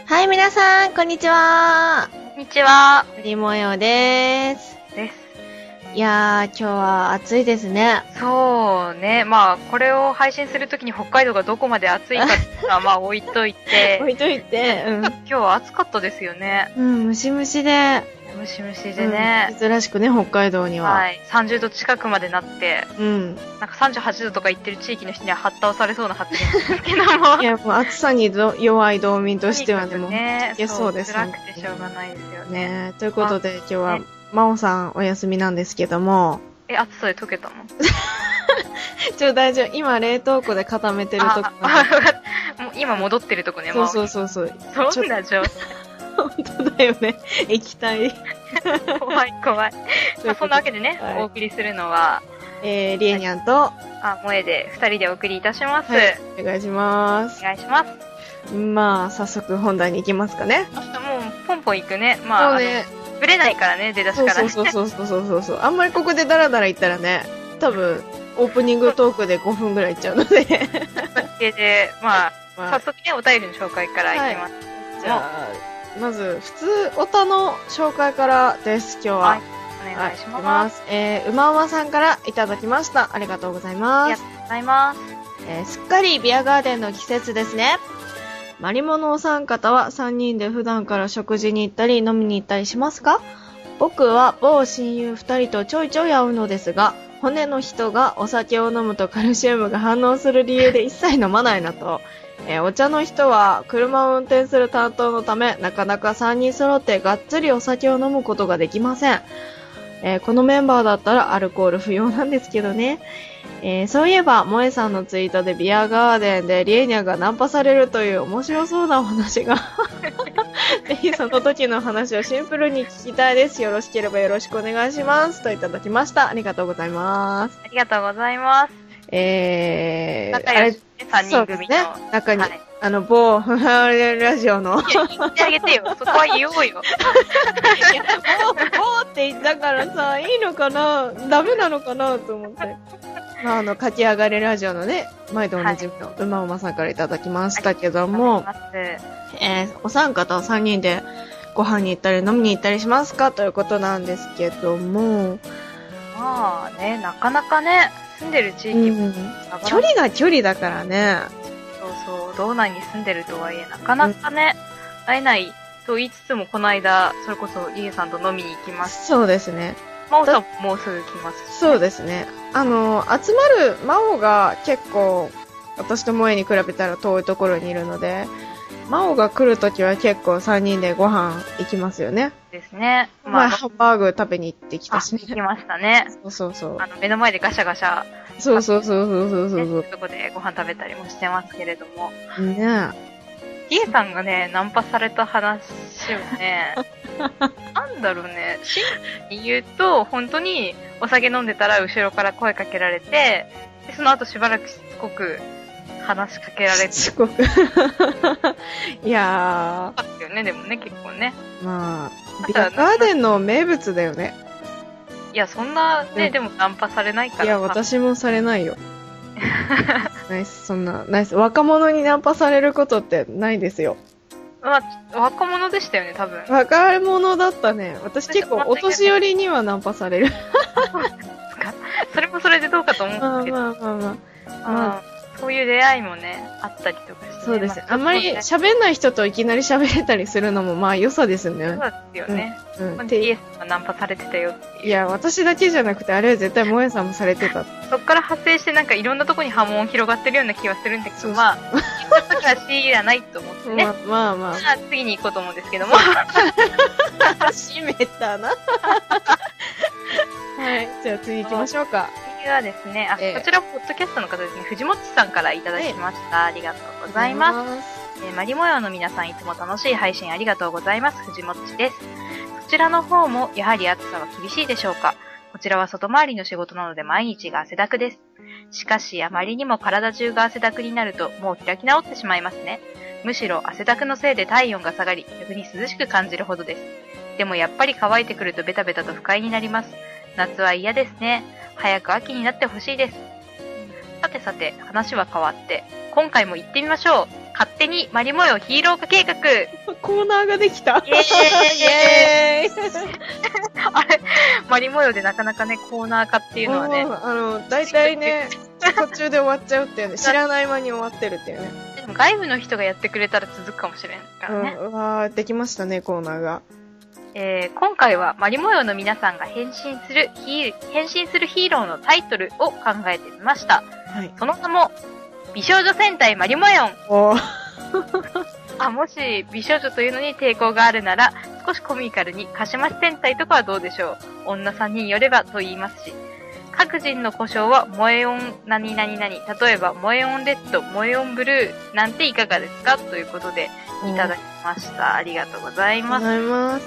はい、皆さん、こんにちは。 こんにちは。 りもよです。いやー、今日は暑いですね。 そうね。まあ、これを配信するときに北海道がどこまで暑いかってはまあ置いといて。 置いといて、 今日は暑かったですよね。 ムシムシで。 ムシムシでね。 珍しくね、北海道には。 はい。30度近くまでなって、 なんか38度とか言ってる地域の人にははったをされそうな発言ですけども。 いや、もう暑さに弱い道民としてはでも、 ね、 いや、そうです。 辛くてしょうがないですよね。 ということで、今日は、まおさんお休みなんですけども。 暑さで溶けたの大丈夫。今、冷凍庫で固めてるとこ。 もう今戻ってるとこね、 そう。 そんな状態。 本当だよね。液体。 怖い。そんなわけでね、お送りするのは、 りえにゃんと、 萌えで二人でお送りいたします。 お願いします。 お願いします。 まあ、早速本題に行きますかね。 もう、ポンポン行くね。まあ、そうね。ぶれないからね、出だしからね。 そう。あんまりここでダラダラ言ったらね、多分、オープニングトークで5分ぐらいいっちゃうので。 で、まあ、早速ね、お便りの紹介からいきます。 じゃあ、まず、普通おたの紹介からです、今日は。 はい、お願いします。 うまうまさんからいただきました。ありがとうございます。 ありがとうございます。 すっかりビアガーデンの季節ですね。マリモのお三方は3人で普段から食事に行ったり飲みに行ったりしますか？僕は某親友2人とちょいちょい会うのですが、骨の人がお酒を飲むとカルシウムが反応する理由で一切飲まないのと、お茶の人は車を運転する担当のため、なかなか3人揃ってがっつりお酒を飲むことができません。このメンバーだったらアルコール不要なんですけどね。そういえば、萌えさんのツイートでビアガーデンでリエニャがナンパされるという面白そうなお話が。ぜひその時の話をシンプルに聞きたいです。よろしければよろしくお願いします。といただきました。ありがとうございます。 ありがとうございます。仲良しね、3人組の。 ね、中に、某、ラジオの。 いや、言ってあげてよ。そこは言おうよ。 いや、某って言ったからさ、いいのかな？ダメなのかなと思って。書き上がれラジオのね、毎度おなじみのうまうまさんからいただきましたけども、お三方3人でご飯に行ったり飲みに行ったりしますかということなんですけども、 まあね、なかなかね、住んでる地域も、 距離が距離だからね。 そう、道内に住んでるとはいえ、なかなかね、会えないと言いつつも、この間、それこそリエさんと飲みに行きます。 そうですね。 真央さんももうすぐ来ますし、ね。 そうですね。集まる真央が結構、私と萌えに比べたら遠いところにいるので、真央が来るときは結構3人でご飯行きますよね。 ですね。 まあ、ハンバーグ食べに行ってきたしね。 行きましたね。 そう。 目の前でガシャガシャ。 そう。 そういうとこでご飯食べたりもしてますけれども。 ねリエさんがね、ナンパされた話をね、なんだろうね、シンプルに言うと、本当にお酒飲んでたら後ろから声かけられて、でその後しばらくしつこく話しかけられて。 しつこく。いやー。あったよね、でもね、結構ね。 まあ、ビアガーデンの名物だよね。 いや、そんなね、でもナンパされないから。 いや、私もされないよ。ナイス、ナイス。若者にナンパされることってないですよ。 まあ、若者でしたよね、多分。 若者だったね。私結構お年寄りにはナンパされる。 それもそれでどうかと思うんですけど。 まあ、 そういう出会いもね、あったりとかして、ね。 そうですね。あんまり喋んない人といきなり喋れたりするのもまあ良さですね。 そうですよね。イエスがナンパされてたよっていう。 いや、私だけじゃなくて、あれは絶対萌えさんもされてた。 そっから派生してなんかいろんなとこに波紋広がってるような気はするんだけど、まあ、言ったときは知らないと思ってね。 まあ。 次に行こうと思うんですけども。 閉めたな。はい。じゃあ次行きましょうか。 次はですね、こちらポッドキャストの方ですね、藤もっちさんからいただきました。ありがとうございます。マリ模様の皆さんいつも楽しい配信ありがとうございます。藤もっちです。こちらの方もやはり暑さは厳しいでしょうか。こちらは外回りの仕事なので毎日が汗だくです。しかしあまりにも体中が汗だくになるともう開き直ってしまいますね。むしろ汗だくのせいで体温が下がり、逆に涼しく感じるほどです。でもやっぱり乾いてくるとベタベタと不快になります。夏は嫌ですね。早く秋になってほしいです。さて、話は変わって、今回も行ってみましょう。 勝手にマリモヨヒーロー化計画。 コーナーができた。 イエーイイエーイあれ、マリモヨでなかなかね、コーナー化っていうのはね。 大体ね、途中で終わっちゃうっていうね、知らない間に終わってるっていうね。 でも外部の人がやってくれたら続くかもしれんからね。 わー、できましたね、コーナーが。 今回はマリモヨの皆さんが変身するヒーローのタイトルを考えてみました。 はい。 その名も、美少女戦隊マリモヨン。もし美少女というのに抵抗があるなら、少しコミカルにカシマシ戦隊とかはどうでしょう。女3人よればと言いますし、各人の呼称は萌え音何々々、例えば萌え音レッド、萌え音ブルーなんていかがですかということでいただきました。ありがとうございます。 ありがとうございます。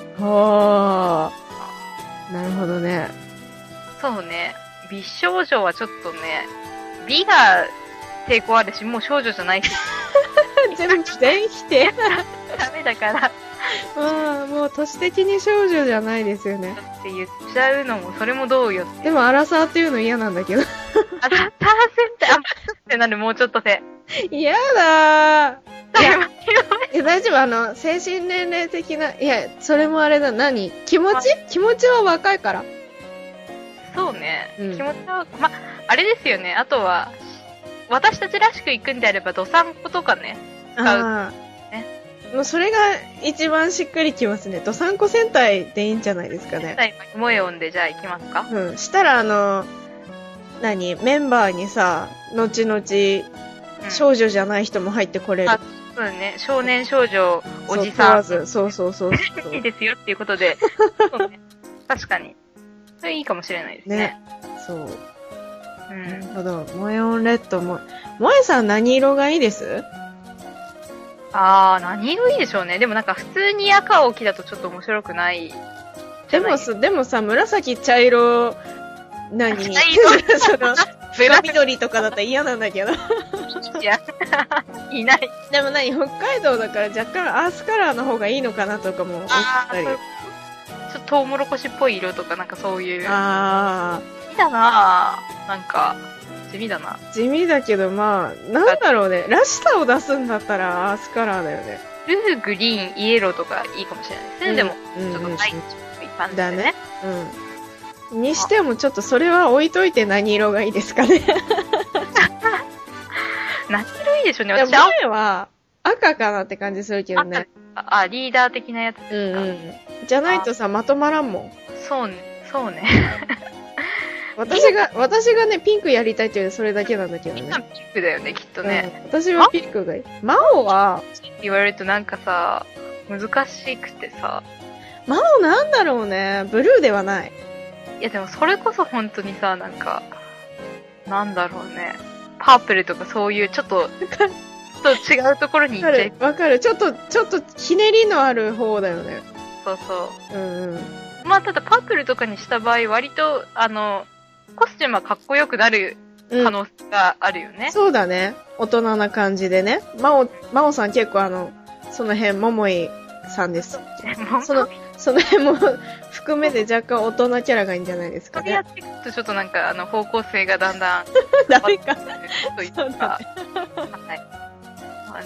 なるほどね。 そうね。美少女はちょっとね、美が抵抗あるし、もう少女じゃないし。 全否定ダメだから。 もう都市的に少女じゃないですよね。 って言っちゃうのも、それもどうよって。 でも、アラサーっていうの嫌なんだけど。 アラサー戦隊、ってなる、もうちょっとで。 嫌だー。大丈夫、精神年齢的な、いや、それもあれだ、気持ちは若いから。 そうね。気持ちは、あれですよね。あとは、私たちらしく行くんであれば、ドサンコとかね、使う。 もうそれが一番しっくりきますね。ドサンコ戦隊でいいんじゃないですかね。 モエオンでじゃあ行きますか？ したらメンバーにさ、後々、少女じゃない人も入ってこれる。 そうだね。少年少女、おじさん。 そう。 いいですよっていうことで。そうね。確かに。それいいかもしれないですね。 そう。なるほど。萌えオンレッドも。萌えさん何色がいいです？ 何色いいでしょうね。でもなんか普通に赤を着だとちょっと面白くない。 でもさ、紫茶色、茶色深緑とかだったら嫌なんだけど。 いや、いない。 でも北海道だから若干アースカラーの方がいいのかなとかも思ったり。 ちょっとトウモロコシっぽい色とかなんかそういう。地味だなぁ。なんか、地味だな。 地味だけどなんだろうね。らしさを出すんだったらアースカラーだよね。 ブルー、グリーン、イエローとかいいかもしれないですね。でも、ちょっとない一般だね。 にしてもちょっとそれは置いといて何色がいいですかね。 何色いいでしょうね。 私前は赤かなって感じするけどね。 リーダー的なやつですか。 じゃないとさ、まとまらんもん。 そうね。 私がね、ピンクやりたいっていうのはそれだけなんだけどね。 みんなピンクだよね、きっとね。 私はピンクがいい。マオは言われるとなんかさ、難しくてさ。 マオなんだろうね。ブルーではない。 いやでもそれこそ本当にさ、なんか、なんだろうね。パープルとかそういうちょっと違うところに行っちゃい。 わかる。ちょっとひねりのある方だよね。 そう。ただパープルとかにした場合、割と、コスチュームはかっこよくなる可能性があるよね。 そうだね。大人な感じでね。マオさん結構その辺、桃井さんです。その辺も含めて若干大人キャラがいいんじゃないですかね。 それやっていくとちょっとなんか方向性がだんだんダメか。 というか。はい。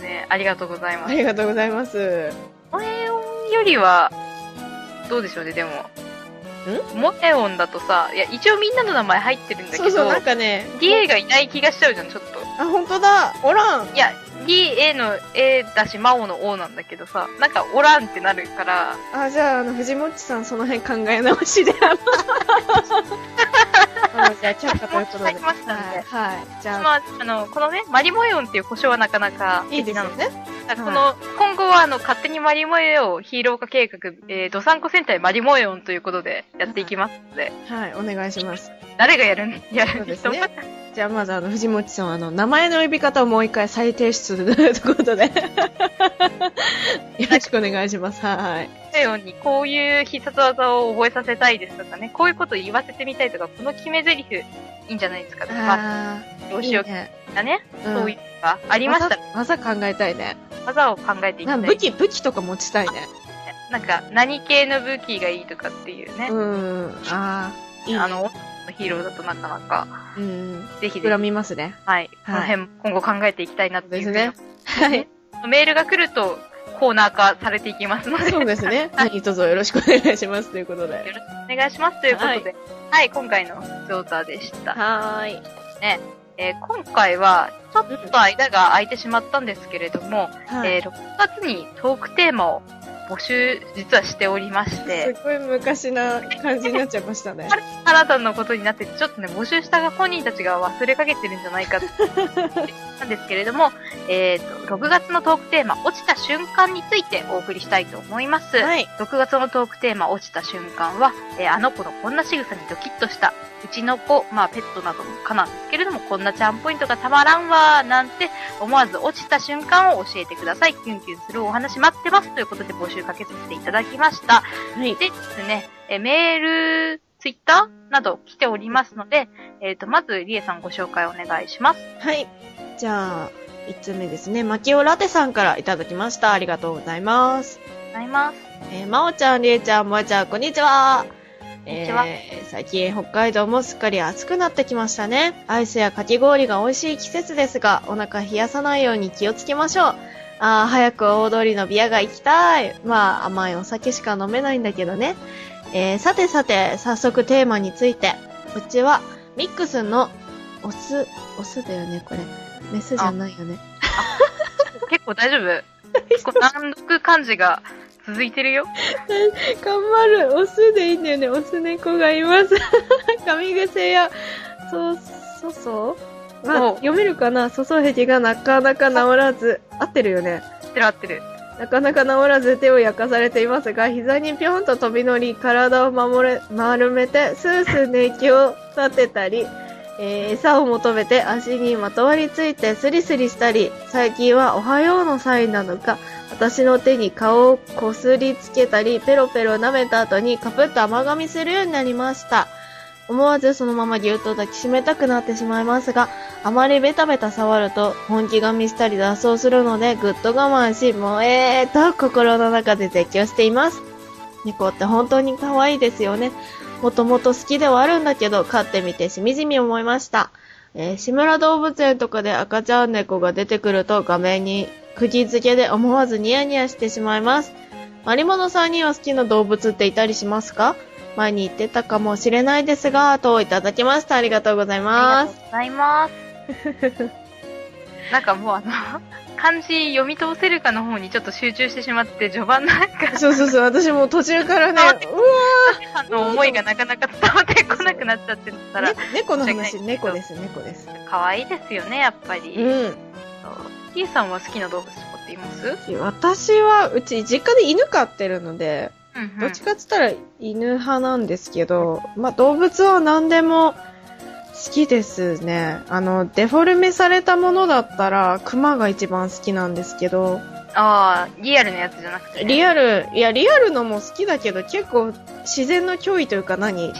ありがとうございます。 ありがとうございます。 モエオンよりは、どうでしょうね、でも。モエオンだとさ、いや、一応みんなの名前入ってるんだけど、 そう、なんかね、 DA がいない気がしちゃうじゃん、ちょっと。 本当だ、おらん。 いや、DA の A だし、マオの O なんだけどさ、なんかおらんってなるから。 じゃあ、藤もっちさん、その辺考え直しで。じゃあ、却下ということで。 ましたので。 はい。じゃあ、このね、マリモエオンっていう呼称はなかなかいいですよね。 今後は勝手にマリモエオンヒーロー化計画、ドサンコ戦隊マリモエオンということでやっていきますので。 はい、お願いします。 誰がやるそうですね。じゃあまず藤もっちさんは名前の呼び方をもう一回再提出ということで。よろしくお願いします。はい。 マリモエオンにこういう必殺技を覚えさせたいですとかね、こういうことを言わせてみたいとか、この決め台詞いいんじゃないですか。どうしようかね。そういうのがありましたら。 技考えたいね。 技を考えていきたい。 武器とか持ちたいね。 なんか、何系の武器がいいとかっていうね。 いいね。 ヒーローだとなかなか。ぜひ膨らみますね。 はい。この辺も今後考えていきたいなっていうですね。はい。 メールが来ると、コーナー化されていきますので。 そうですね。何卒よろしくお願いしますということで。 よろしくお願いしますということで。はい、今回のジョータでした。 はい。 ね。今回は、ちょっと間が空いてしまったんですけれども、6月にトークテーマを募集、実はしておりまして。 すごい昔な感じになっちゃいましたね。 あなたのことになって、ちょっとね、募集した本人たちが忘れかけてるんじゃないかなんですけれども、6月のトークテーマ、落ちた瞬間についてお送りしたいと思います。はい。6月のトークテーマ、落ちた瞬間は、あの子のこんな仕草にドキッとした。うちの子、まあペットなどかなんですけれども、こんなチャームポイントがたまらんわーなんて思わず落ちた瞬間を教えてください。キュンキュンするお話待ってますということで募集かけさせていただきました。はい。でですね、メール、ツイッターなど来ておりますので、まずリエさんご紹介お願いします。 はい。じゃあ、1つ目ですね。マキオラテさんからいただきました。ありがとうございます。 ありがとうございます。 まおちゃん、りえちゃん、もえちゃん、こんにちは。最近北海道もすっかり暑くなってきましたね。アイスやかき氷が美味しい季節ですが、お腹冷やさないように気をつけましょう。早く大通りのビアが行きたい。まあ、甘いお酒しか飲めないんだけどね。さて、早速テーマについて。うちは、ミックスのオスだよね、これ。メスじゃないよね。 結構大丈夫結構難読漢字が続いてるよ。 頑張る。オスでいいんだよね。オス猫がいます。噛み癖や、まあ、読めるかな。そそへきがなかなか治らず。合ってるよね。 合ってる。 なかなか治らず手を焼かされていますが、膝にぴょんと飛び乗り、体を丸めて、スースー寝息を立てたり、餌を求めて足にまとわりついてスリスリしたり、最近はおはようのサインなのか、私の手に顔をこすりつけたり、ペロペロ舐めた後にカプッと甘噛みするようになりました。思わずそのままぎゅっと抱きしめたくなってしまいますが、あまりベタベタ触ると本気噛みしたり脱走するのでぐっと我慢し、もうと心の中で絶叫しています。猫って本当に可愛いですよね。もともと好きではあるんだけど、飼ってみてしみじみ思いました。志村動物園とかで赤ちゃん猫が出てくると画面に釘付けで思わずニヤニヤしてしまいます。マリモノさんには好きな動物っていたりしますか？前に言ってたかもしれないですが、といただきました。ありがとうございます。 ありがとうございます。なんかもう漢字読み通せるかの方にちょっと集中してしまって、序盤なんかそう、私も途中からね、 あの思いがなかなか伝わってこなくなっちゃってたら。 猫の話、猫です。 可愛いですよね、やっぱり。 うん。 リエさんは好きな動物とかっています？ 私は、うち実家で犬飼ってるので、どっちかって言ったら犬派なんですけど、まあ、動物は何でも好きですね。デフォルメされたものだったら、クマが一番好きなんですけど。 リアルなやつじゃなくて、ね。 リアルのも好きだけど、結構自然の脅威というか動物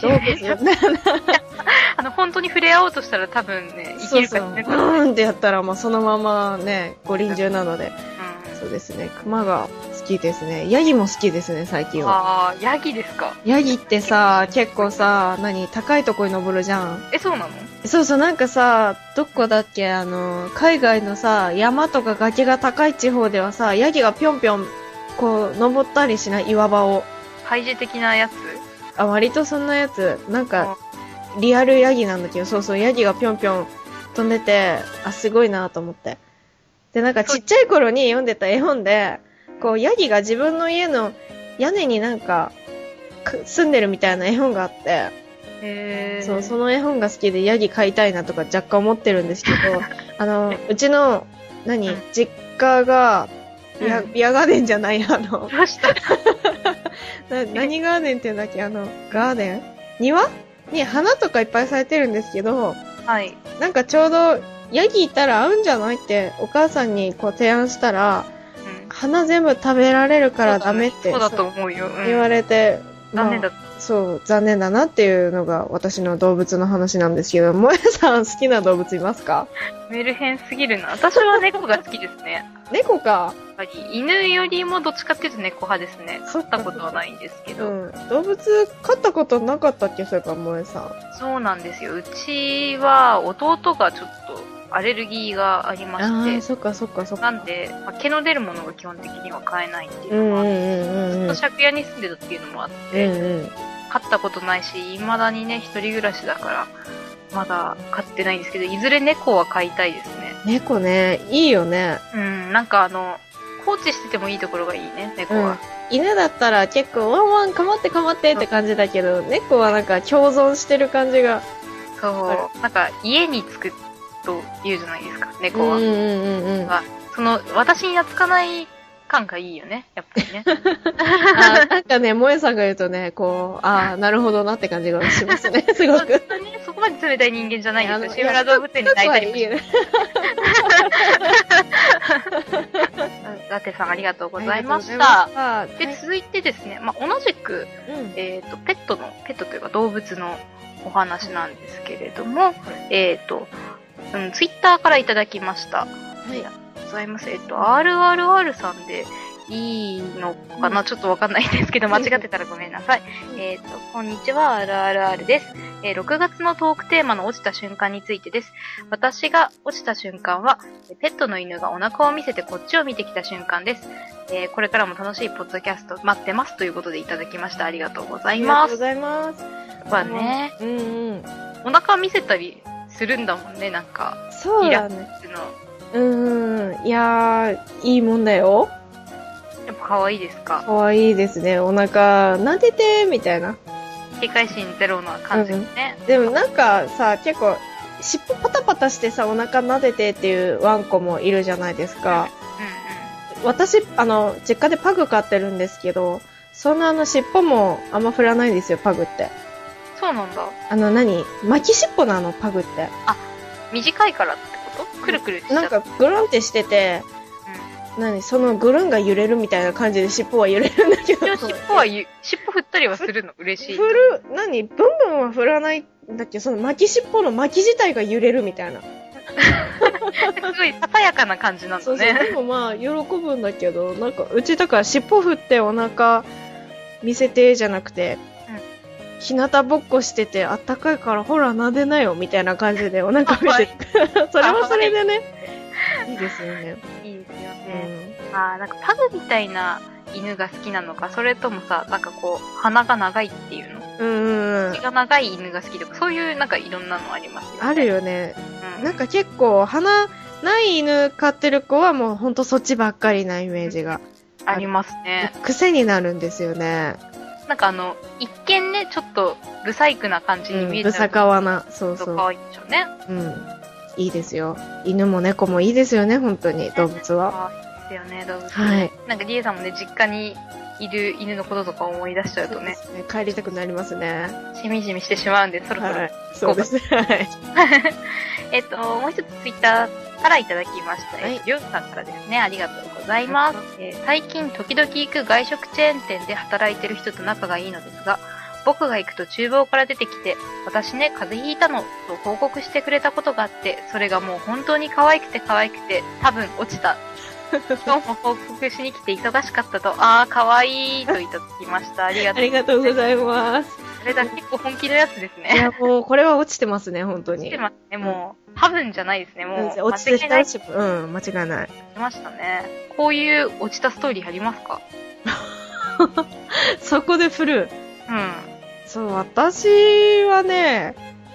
本当に触れ合おうとしたら多分ね、生きるからね。 そうってやったら、まあ、そのままね、ご臨終なので。そうですね。クマが好きですね。ヤギも好きですね、最近は。 ヤギですか。 ヤギってさ、結構さ、高いとこに登るじゃん。 そうなの？ そう、なんかさ、どこだっけ、海外のさ、山とか崖が高い地方ではさ、ヤギがぴょんぴょん、こう、登ったりしない？岩場を。 ハイジ的なやつ？ 割とそんなやつ。なんか、リアルヤギなんだけど、そう、ヤギがぴょんぴょん飛んでて、すごいなと思って。で、なんかちっちゃい頃に読んでた絵本で、こう、ヤギが自分の家の屋根になんか、住んでるみたいな絵本があって、そう、その絵本が好きでヤギ飼いたいなとか若干思ってるんですけど、うちの、実家が、ビアガーデンじゃない、何ガーデンって言うんだっけ、ガーデン庭に花とかいっぱい咲いてるんですけど、 はい。 なんかちょうど、ヤギいたら合うんじゃないってお母さんにこう提案したら、花全部食べられるからダメってそうだと思うよ、 言われて、 残念だっそう、残念だなっていうのが私の動物の話なんですけど、萌さん好きな動物いますか？ メルヘンすぎるな。私は猫が好きですね。 猫か。 やっぱり犬よりもどっちかっていうと猫派ですね。飼ったことはないんですけど。 動物飼ったことなかったっけ、そういえば萌さん。 そうなんですよ。うちは弟がちょっとアレルギーがありまして。 そっか。 なんで、毛の出るものが基本的には飼えないっていうのもあって、ずっと借家に住んでたっていうのもあって、飼ったことないし、未だにね、一人暮らしだから、まだ飼ってないんですけど、いずれ猫は飼いたいですね。 猫ね、いいよね。 なんか放置しててもいいところがいいね、猫は。 犬だったら結構ワンワンかまってって感じだけど、猫はなんか共存してる感じが。 そう。なんか家に着くと言うじゃないですか、猫は。私に懐かない感がいいよね、やっぱりね。 なんかね、萌さんが言うとね、こう、なるほどなって感じがしますね、すごく。 そこまで冷たい人間じゃないですよ。志村動物園に泣いたりもして。ラテさんありがとうございました。で、続いてですね、同じく、ペットというか動物のお話なんですけれども、ツイッターからいただきました。ありがとうございます。RRR さんでいいのかな、ちょっとわかんないですけど、間違ってたらごめんなさい。こんにちは、RRR です。6月のトークテーマの落ちた瞬間についてです。私が落ちた瞬間は、ペットの犬がお腹を見せてこっちを見てきた瞬間です。これからも楽しいポッドキャスト待ってますということでいただきました。ありがとうございます。 ありがとうございます。 やっぱね、お腹見せたりするんだもんね、なんか。 そうだね。いやー、いいもんだよ。 やっぱ可愛いですか？ 可愛いですね。お腹、撫でてみたいな。 警戒心ゼロな感じですね。 でもなんかさ、結構、尻尾パタパタしてさ、お腹撫でてっていうワンコもいるじゃないですか。私、実家でパグ飼ってるんですけど、そんな尻尾もあんま振らないんですよ、パグって。 そうなんだ。 巻き尻尾なの、パグって。 短いからってこと？くるくるしちゃなんか、ぐるんってしてて、そのぐるんが揺れるみたいな感じで尻尾は揺れるんだけど。 尻尾振ったりはするの？嬉しい。 ブンブンは振らないんだけど、その巻き尻尾の巻き自体が揺れるみたいな。すごいささやかな感じなんだね。 でも喜ぶんだけど、なんか、うちだから尻尾振ってお腹見せてじゃなくて、日向ぼっこしててあったかいからほら撫でなよみたいな感じでお腹見せて、それはそれでね、いいですよね。 いいですよね。なんかパグみたいな犬が好きなのか、それともさ、なんかこう、鼻が長いっていうの？口が長い犬が好きとか、そういうなんかいろんなのありますよね。 あるよね。なんか結構、鼻ない犬飼ってる子はもうほんとそっちばっかりなイメージが。 ありますね。 癖になるんですよね。 なんか一見ね、ちょっとブサイクな感じに見えちゃう。 ブサカワな。そう。 可愛いでしょうね。 いいですよ。犬も猫もいいですよね、本当に、動物は。 いいですよね、動物。はい。なんかリエさんもね、実家にいる犬のこととか思い出しちゃうとね。 そうですね、帰りたくなりますね。 しみじみしてしまうんで、そろそろ。 そうですね。はい。 もう一つツイッターからいただきました。りょうさんからですね、ありがとうございます。最近時々行く外食チェーン店で働いてる人と仲がいいのですが、僕が行くと厨房から出てきて、私ね、風邪ひいたのと報告してくれたことがあって、それがもう本当に可愛くて、多分落ちた。今日も報告しに来て忙しかったと、可愛いといただきました。ありがとうございます。それだ、結構本気のやつですね。 いや、もう、これは落ちてますね、本当に。 落ちてますね、もう。多分じゃないですね、もう。 落ちてたし、間違いない。 来ましたね。こういう落ちたストーリーありますか？ そこで振る。そう、私はね、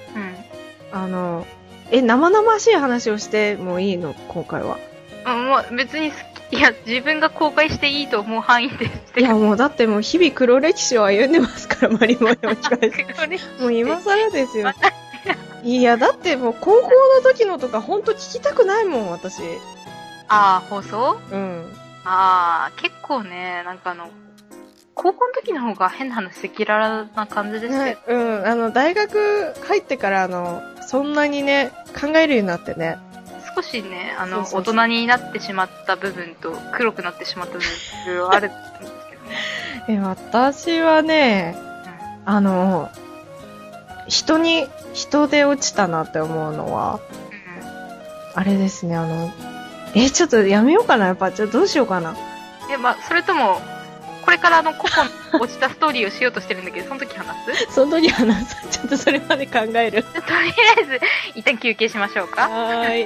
生々しい話をしてもいいの、今回は。 もう別に自分が公開していいと思う範囲でして。 いや、もうだってもう日々黒歴史を歩んでますから、マリモよに関して。もう今更ですよ。いや、だってもう高校の時のとかほんと聞きたくないもん、私。 放送？結構ね、なんか高校の時の方が変な話赤裸々な感じですけど。大学入ってからそんなにね、考えるようになってね。 少しね、大人になってしまった部分と黒くなってしまった部分があるんですけどね。 私はね、 人で落ちたなって思うのは、あれですね、ちょっとやめようかな、やっぱ、どうしようかな。 それとも、これからココン落ちたストーリーをしようとしてるんだけど、その時話すその時話す。ちょっとそれまで考える。 とりあえず、一旦休憩しましょうか。 はーい。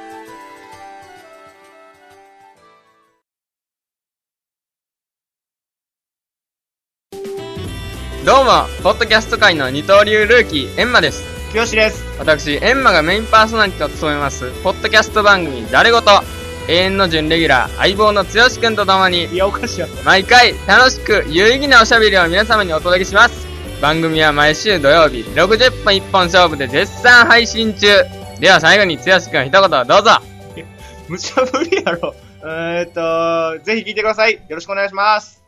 どうも、ポッドキャスト界の二刀流ルーキー、エンマです。 きよしです。 私、エンマがメインパーソナリティを務めます、ポッドキャスト番組、誰ごと、永遠の準レギュラー、相棒のつよしくんとともに、 いや、おかしいやろ。 毎回、楽しく、有意義なおしゃべりを皆様にお届けします。番組は毎週土曜日、60分一本勝負で絶賛配信中。では最後につよしくん一言どうぞ。 無茶ぶりやろ。ぜひ聞いてください。よろしくお願いします。